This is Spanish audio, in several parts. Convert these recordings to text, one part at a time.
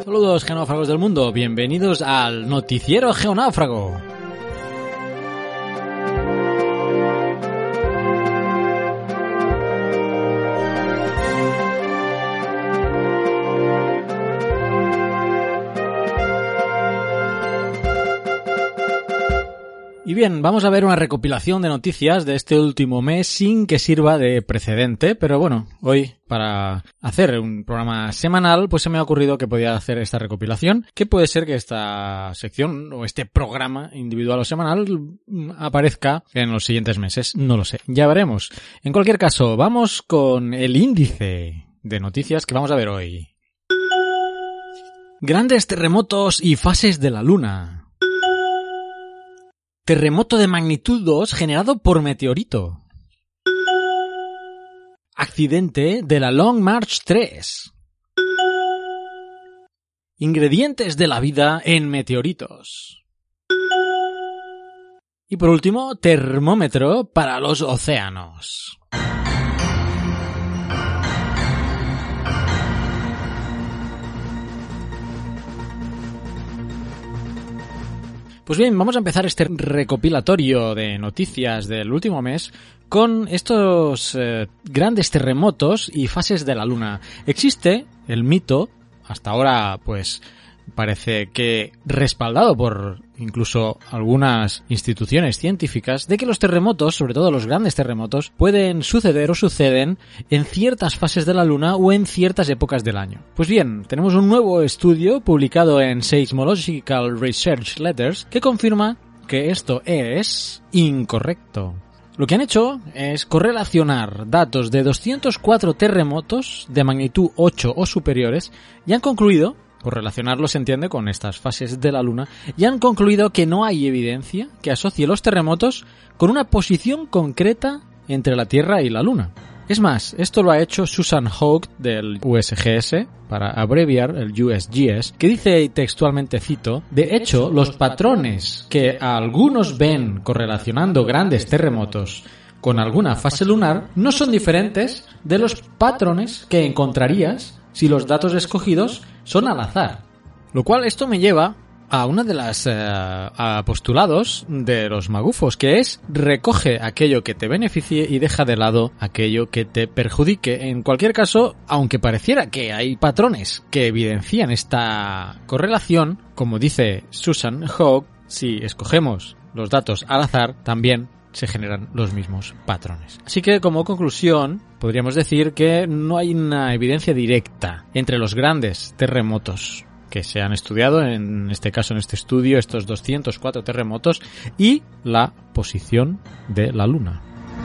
Saludos geonáufragos del mundo, bienvenidos al Noticiero Geonáufrago. Y bien, vamos a ver una recopilación de noticias de este último mes sin que sirva de precedente, pero bueno, hoy para hacer un programa semanal pues se me ha ocurrido que podía hacer esta recopilación, que puede ser que esta sección o este programa individual o semanal aparezca en los siguientes meses, no lo sé, ya veremos. En cualquier caso, vamos con el índice de noticias que vamos a ver hoy. Grandes terremotos y fases de la Luna. Terremoto de magnitud 2 generado por meteorito. Accidente de la Long March 3. Ingredientes de la vida en meteoritos. Y por último, termómetro para los océanos. Pues bien, vamos a empezar este recopilatorio de noticias del último mes con estos grandes terremotos y fases de la Luna. Existe el mito, hasta ahora pues parece que respaldado por incluso algunas instituciones científicas, de que los terremotos, sobre todo los grandes terremotos, pueden suceder o suceden en ciertas fases de la Luna o en ciertas épocas del año. Pues bien, tenemos un nuevo estudio publicado en Seismological Research Letters que confirma que esto es incorrecto. Lo que han hecho es correlacionar datos de 204 terremotos de magnitud 8 o superiores y han concluido, correlacionarlo se entiende con estas fases de la Luna, y han concluido que no hay evidencia que asocie los terremotos con una posición concreta entre la Tierra y la Luna. Es más, esto lo ha hecho Susan Hogg del USGS, para abreviar el USGS, que dice textualmente, cito, de hecho, los patrones que algunos ven correlacionando grandes terremotos con alguna fase lunar no son diferentes de los patrones que encontrarías si los datos escogidos son al azar. Lo cual esto me lleva a una de las postulados de los magufos, que es recoge aquello que te beneficie y deja de lado aquello que te perjudique. En cualquier caso, aunque pareciera que hay patrones que evidencian esta correlación, como dice Susan Hogg, si escogemos los datos al azar, también se generan los mismos patrones. Así que, como conclusión, podríamos decir que no hay una evidencia directa entre los grandes terremotos que se han estudiado, en este caso, en este estudio, estos 204 terremotos, y la posición de la Luna.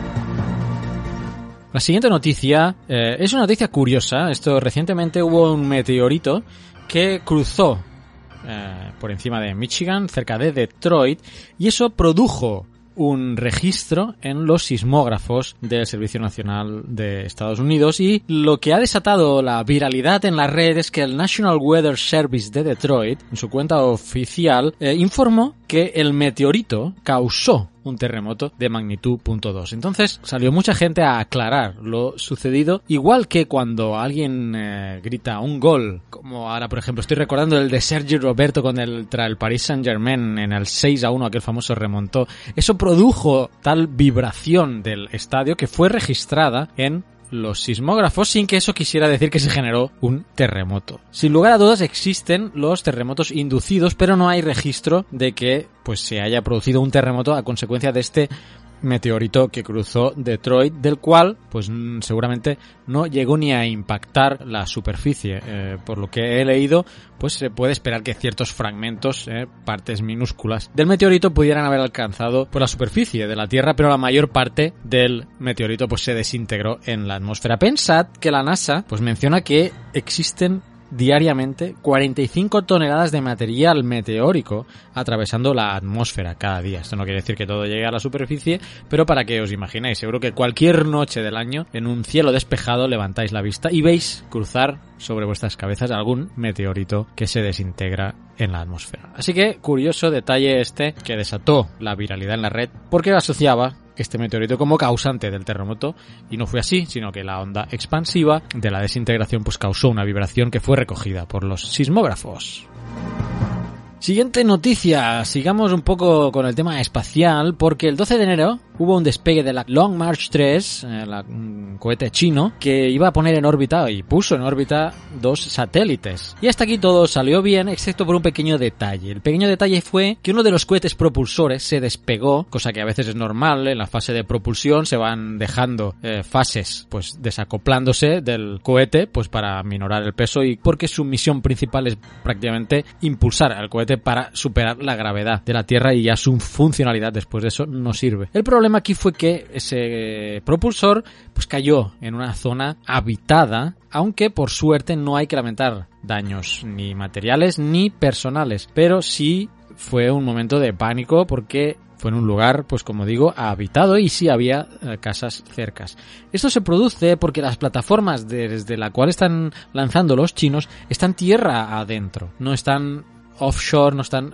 La siguiente noticia es una noticia curiosa. Recientemente hubo un meteorito que cruzó por encima de Michigan, cerca de Detroit, y eso produjo un registro en los sismógrafos del Servicio Nacional de Estados Unidos, y lo que ha desatado la viralidad en la red es que el National Weather Service de Detroit, en su cuenta oficial, informó que el meteorito causó un terremoto de magnitud 0.2. Entonces salió mucha gente a aclarar lo sucedido, igual que cuando alguien grita un gol, como ahora por ejemplo estoy recordando el de Sergi Roberto contra el Paris Saint-Germain en el 6-1, aquel famoso remontó. Eso produjo tal vibración del estadio que fue registrada en los sismógrafos sin que eso quisiera decir que se generó un terremoto. Sin lugar a dudas existen los terremotos inducidos, pero no hay registro de que pues se haya producido un terremoto a consecuencia de este meteorito que cruzó Detroit, del cual pues seguramente no llegó ni a impactar la superficie. Por lo que he leído, pues se puede esperar que ciertos fragmentos, partes minúsculas del meteorito pudieran haber alcanzado por la superficie de la Tierra, pero la mayor parte del meteorito pues se desintegró en la atmósfera. Pensad que la NASA pues menciona que existen diariamente 45 toneladas de material meteórico atravesando la atmósfera cada día. Esto no quiere decir que todo llegue a la superficie, pero para que os imaginéis, seguro que cualquier noche del año, en un cielo despejado, levantáis la vista y veis cruzar sobre vuestras cabezas algún meteorito que se desintegra en la atmósfera. Así que, curioso detalle este que desató la viralidad en la red, porque asociaba este meteorito como causante del terremoto, y no fue así, sino que la onda expansiva de la desintegración pues causó una vibración que fue recogida por los sismógrafos. Siguiente noticia, sigamos un poco con el tema espacial, porque el 12 de enero hubo un despegue de la Long March 3, un cohete chino, que iba a poner en órbita y puso en órbita 2 satélites. Y hasta aquí todo salió bien, excepto por un pequeño detalle. El pequeño detalle fue que uno de los cohetes propulsores se despegó, cosa que a veces es normal, en la fase de propulsión se van dejando fases, pues desacoplándose del cohete, pues para minorar el peso y porque su misión principal es prácticamente impulsar al cohete para superar la gravedad de la Tierra y ya su funcionalidad después de eso no sirve. El problema aquí fue que ese propulsor pues cayó en una zona habitada, aunque por suerte no hay que lamentar daños ni materiales ni personales, pero sí fue un momento de pánico porque fue en un lugar, pues como digo, habitado y sí había casas cercas. Esto se produce porque las plataformas desde la cual están lanzando los chinos están tierra adentro, no están offshore, no están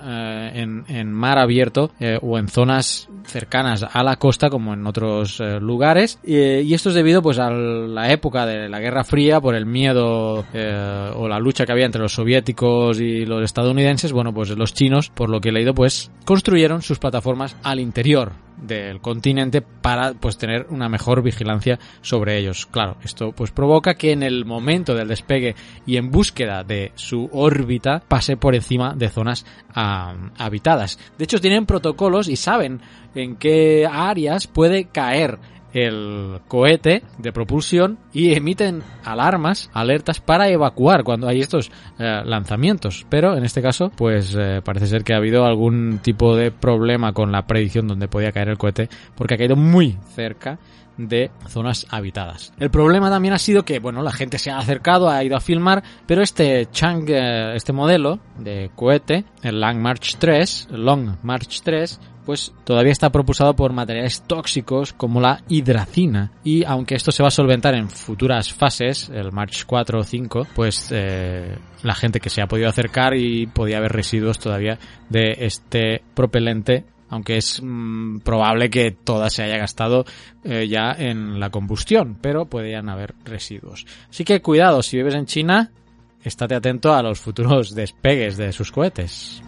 en mar abierto o en zonas cercanas a la costa como en otros lugares y esto es debido pues a la época de la Guerra Fría por el miedo o la lucha que había entre los soviéticos y los estadounidenses. Bueno, pues los chinos, por lo que he leído, pues construyeron sus plataformas al interior del continente para pues tener una mejor vigilancia sobre ellos. Claro, esto pues provoca que en el momento del despegue y en búsqueda de su órbita pase por encima de zonas habitadas. De hecho, tienen protocolos y saben en qué áreas puede caer el cohete de propulsión y emiten alertas para evacuar cuando hay estos lanzamientos, pero en este caso pues parece ser que ha habido algún tipo de problema con la predicción donde podía caer el cohete porque ha caído muy cerca de zonas habitadas. El problema también ha sido que, bueno, la gente se ha acercado, ha ido a filmar, pero este modelo de cohete, el Long March 3, pues todavía está propulsado por materiales tóxicos como la hidracina y aunque esto se va a solventar en futuras fases, el March 4 o 5, pues la gente que se ha podido acercar y podía haber residuos todavía de este propelente, aunque es probable que toda se haya gastado ya en la combustión, pero podrían haber residuos. Así que cuidado, si vives en China, estate atento a los futuros despegues de sus cohetes.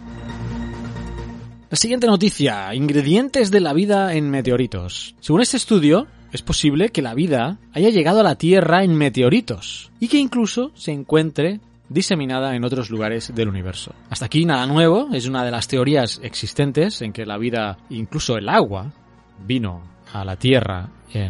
La siguiente noticia, ingredientes de la vida en meteoritos. Según este estudio, es posible que la vida haya llegado a la Tierra en meteoritos y que incluso se encuentre diseminada en otros lugares del universo. Hasta aquí nada nuevo, es una de las teorías existentes en que la vida, incluso el agua, vino a la Tierra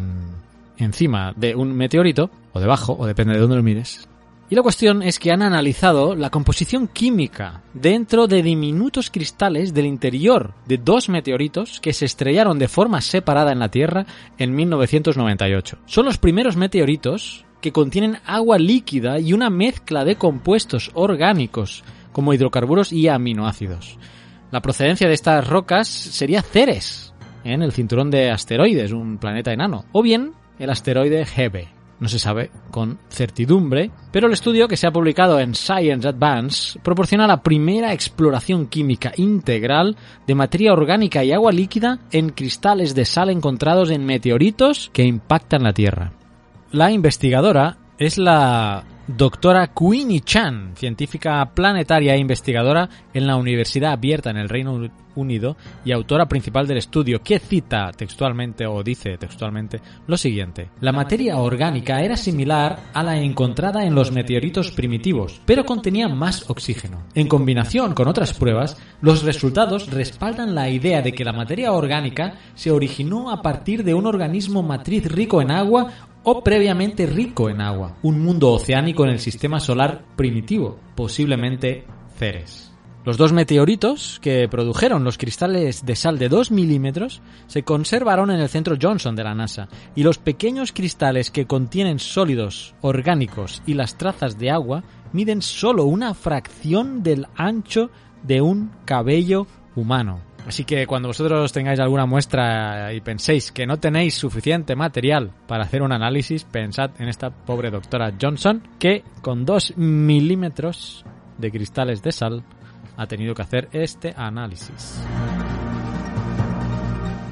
encima de un meteorito, o debajo, o depende de dónde lo mires. Y la cuestión es que han analizado la composición química dentro de diminutos cristales del interior de 2 meteoritos que se estrellaron de forma separada en la Tierra en 1998. Son los primeros meteoritos que contienen agua líquida y una mezcla de compuestos orgánicos como hidrocarburos y aminoácidos. La procedencia de estas rocas sería Ceres, en el cinturón de asteroides, un planeta enano, o bien el asteroide Hebe. No se sabe con certidumbre, pero el estudio que se ha publicado en Science Advance proporciona la primera exploración química integral de materia orgánica y agua líquida en cristales de sal encontrados en meteoritos que impactan la Tierra. La investigadora es la doctora Queenie Chan, científica planetaria e investigadora en la Universidad Abierta en el Reino Unido y autora principal del estudio, que cita textualmente o dice textualmente lo siguiente: la materia orgánica era similar a la encontrada en los meteoritos primitivos, pero contenía más oxígeno. En combinación con otras pruebas, los resultados respaldan la idea de que la materia orgánica se originó a partir de un organismo matriz rico en agua o previamente rico en agua, un mundo oceánico en el sistema solar primitivo, posiblemente Ceres. Los 2 meteoritos que produjeron los cristales de sal de 2 milímetros se conservaron en el centro Johnson de la NASA, y los pequeños cristales que contienen sólidos orgánicos y las trazas de agua miden solo una fracción del ancho de un cabello humano. Así que cuando vosotros tengáis alguna muestra y penséis que no tenéis suficiente material para hacer un análisis, pensad en esta pobre doctora Johnson, que con 2 milímetros de cristales de sal ha tenido que hacer este análisis. Y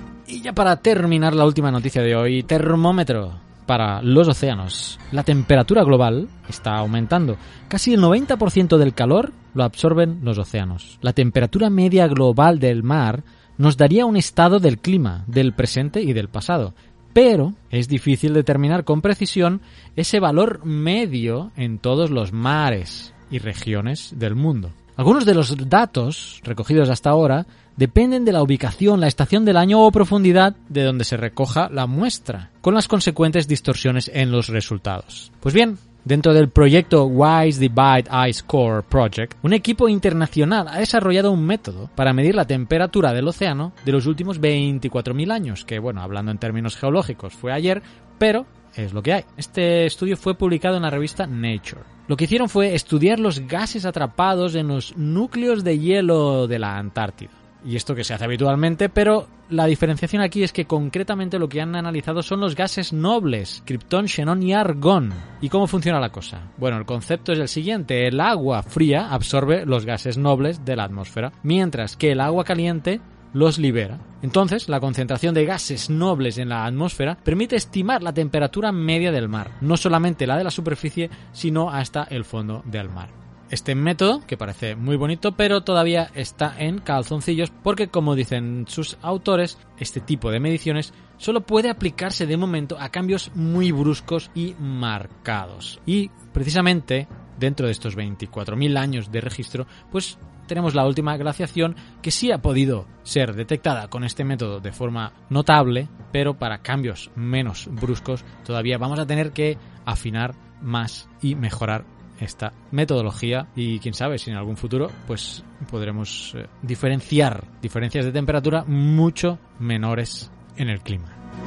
Y ya para terminar la última noticia de hoy, termómetro para los océanos. La temperatura global está aumentando. Casi el 90% del calor lo absorben los océanos. La temperatura media global del mar nos daría un estado del clima, del presente y del pasado. Pero es difícil determinar con precisión ese valor medio en todos los mares y regiones del mundo. Algunos de los datos recogidos hasta ahora dependen de la ubicación, la estación del año o profundidad de donde se recoja la muestra, con las consecuentes distorsiones en los resultados. Pues bien, dentro del proyecto WISE Divide Ice Core Project, un equipo internacional ha desarrollado un método para medir la temperatura del océano de los últimos 24.000 años, que bueno, hablando en términos geológicos fue ayer, pero es lo que hay. Este estudio fue publicado en la revista Nature. Lo que hicieron fue estudiar los gases atrapados en los núcleos de hielo de la Antártida. Y esto que se hace habitualmente, pero la diferenciación aquí es que concretamente lo que han analizado son los gases nobles, criptón, xenón y argón. ¿Y cómo funciona la cosa? Bueno, el concepto es el siguiente: el agua fría absorbe los gases nobles de la atmósfera, mientras que el agua caliente los libera. Entonces, la concentración de gases nobles en la atmósfera permite estimar la temperatura media del mar, no solamente la de la superficie, sino hasta el fondo del mar. Este método, que parece muy bonito, pero todavía está en calzoncillos porque, como dicen sus autores, este tipo de mediciones solo puede aplicarse de momento a cambios muy bruscos y marcados. Y, precisamente, dentro de estos 24.000 años de registro, pues tenemos la última glaciación que sí ha podido ser detectada con este método de forma notable, pero para cambios menos bruscos todavía vamos a tener que afinar más y mejorar esta metodología, y quién sabe si en algún futuro pues podremos diferenciar diferencias de temperatura mucho menores en el clima.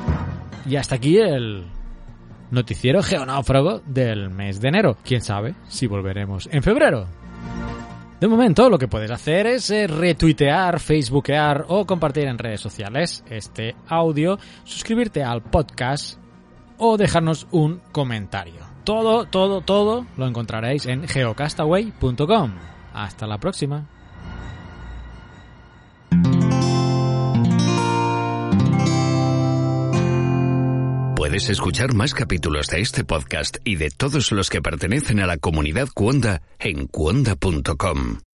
Y hasta aquí el noticiero geonáufrago del mes de enero. Quién sabe si volveremos en febrero. De momento lo que puedes hacer es retuitear, facebookear o compartir en redes sociales este audio, suscribirte al podcast o dejarnos un comentario. Todo lo encontraréis en geocastaway.com. Hasta la próxima. Puedes escuchar más capítulos de este podcast y de todos los que pertenecen a la comunidad Cuonda en cuonda.com.